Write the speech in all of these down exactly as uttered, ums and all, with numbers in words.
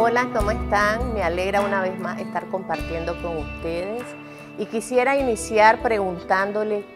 Hola, ¿cómo están? Me alegra una vez más estar compartiendo con ustedes y quisiera iniciar preguntándole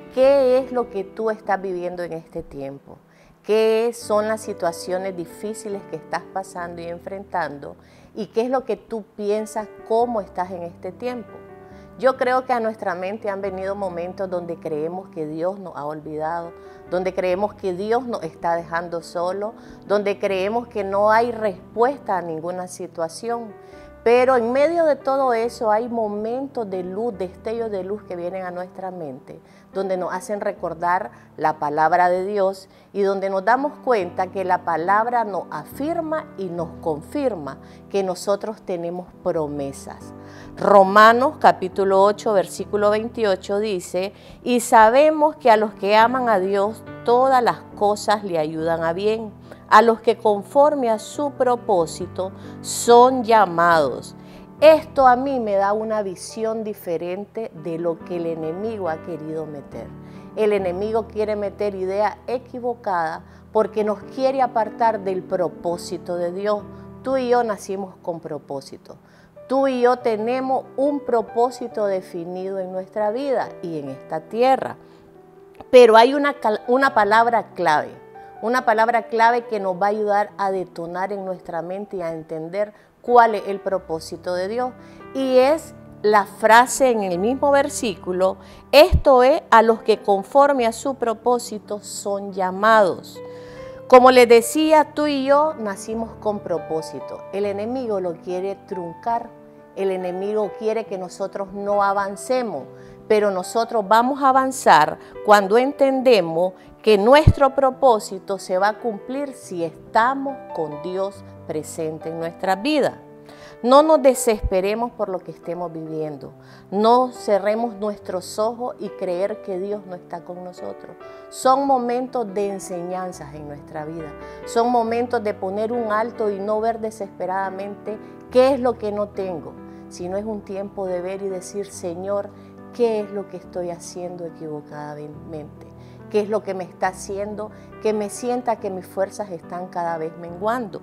qué es lo que tú estás viviendo en este tiempo, qué son las situaciones difíciles que estás pasando y enfrentando y qué es lo que tú piensas, cómo estás en este tiempo. Yo creo que a nuestra mente han venido momentos donde creemos que Dios nos ha olvidado, donde creemos que Dios nos está dejando solo, donde creemos que no hay respuesta a ninguna situación. Pero en medio de todo eso hay momentos de luz, destellos de luz que vienen a nuestra mente, donde nos hacen recordar la palabra de Dios y donde nos damos cuenta que la palabra nos afirma y nos confirma que nosotros tenemos promesas. Romanos capítulo ocho, versículo veintiocho dice, y sabemos que a los que aman a Dios todas las cosas le ayudan a bien, a los que conforme a su propósito son llamados. Esto a mí me da una visión diferente de lo que el enemigo ha querido meter. El enemigo quiere meter ideas equivocadas porque nos quiere apartar del propósito de Dios. Tú y yo nacimos con propósito. Tú y yo tenemos un propósito definido en nuestra vida y en esta tierra. Pero hay una, una palabra clave, una palabra clave que nos va a ayudar a detonar en nuestra mente y a entender cuál es el propósito de Dios. Y es la frase en el mismo versículo, esto es a los que conforme a su propósito son llamados. Como les decía, tú y yo nacimos con propósito. El enemigo lo quiere truncar, el enemigo quiere que nosotros no avancemos, pero nosotros vamos a avanzar cuando entendemos que nuestro propósito se va a cumplir si estamos con Dios presente en nuestra vida. No nos desesperemos por lo que estemos viviendo. No cerremos nuestros ojos y creer que Dios no está con nosotros. Son momentos de enseñanzas en nuestra vida. Son momentos de poner un alto y no ver desesperadamente qué es lo que no tengo, sino es un tiempo de ver y decir, Señor, ¿qué es lo que estoy haciendo equivocadamente? ¿Qué es lo que me está haciendo que me sienta que mis fuerzas están cada vez menguando?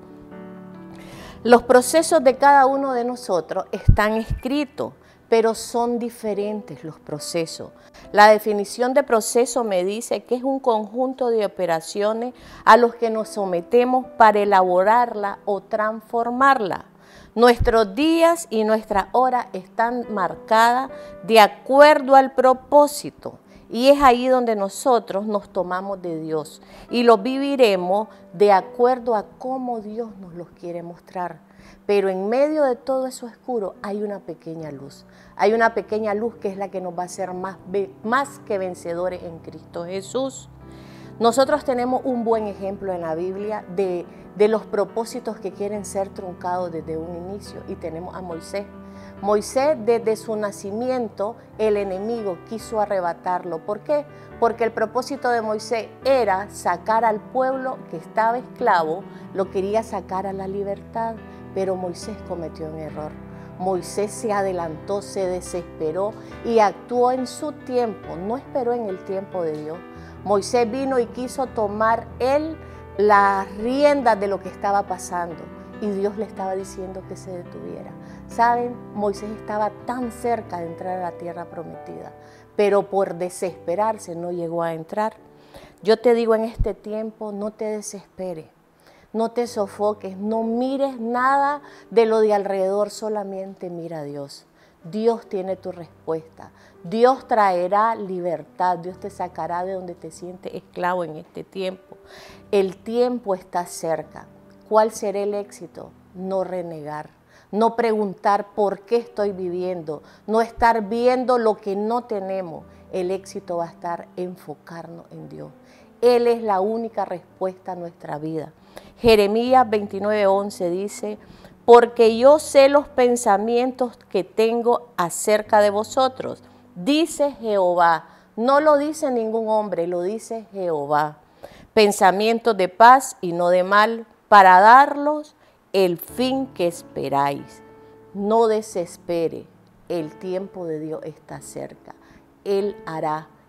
Los procesos de cada uno de nosotros están escritos, pero son diferentes los procesos. La definición de proceso me dice que es un conjunto de operaciones a los que nos sometemos para elaborarla o transformarla. Nuestros días y nuestras horas están marcadas de acuerdo al propósito. Y es ahí donde nosotros nos tomamos de Dios y lo viviremos de acuerdo a cómo Dios nos los quiere mostrar. Pero en medio de todo eso oscuro hay una pequeña luz. Hay una pequeña luz que es la que nos va a hacer más, más que vencedores en Cristo Jesús. Nosotros tenemos un buen ejemplo en la Biblia de, de los propósitos que quieren ser truncados desde un inicio y tenemos a Moisés. Moisés, desde su nacimiento, el enemigo quiso arrebatarlo. ¿Por qué? Porque el propósito de Moisés era sacar al pueblo que estaba esclavo, lo quería sacar a la libertad, pero Moisés cometió un error. Moisés se adelantó, se desesperó y actuó en su tiempo, no esperó en el tiempo de Dios. Moisés vino y quiso tomar él las riendas de lo que estaba pasando y Dios le estaba diciendo que se detuviera. ¿Saben? Moisés estaba tan cerca de entrar a la tierra prometida, pero por desesperarse no llegó a entrar. Yo te digo en este tiempo, no te desesperes, no te sofoques, no mires nada de lo de alrededor, solamente mira a Dios. Dios tiene tu respuesta, Dios traerá libertad, Dios te sacará de donde te sientes esclavo en este tiempo. El tiempo está cerca. ¿Cuál será el éxito? No renegar. No preguntar por qué estoy viviendo, no estar viendo lo que no tenemos. El éxito va a estar enfocarnos en Dios. Él es la única respuesta a nuestra vida. Jeremías veintinueve, once dice, porque yo sé los pensamientos que tengo acerca de vosotros, dice Jehová. No lo dice ningún hombre, lo dice Jehová. Pensamientos de paz y no de mal, para darlos el fin que esperáis. No desespere, el tiempo de Dios está cerca. Él hará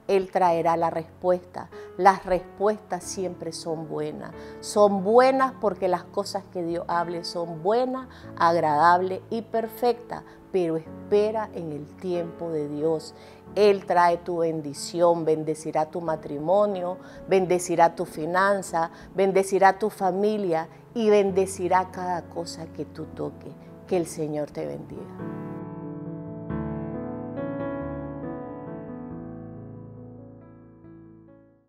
Él traerá la respuesta. Las respuestas siempre son buenas. Son buenas porque las cosas que Dios hable son buenas, agradables y perfectas. Pero espera en el tiempo de Dios. Él trae tu bendición, bendecirá tu matrimonio, bendecirá tu finanza, bendecirá tu familia y bendecirá cada cosa que tú toques. Que el Señor te bendiga.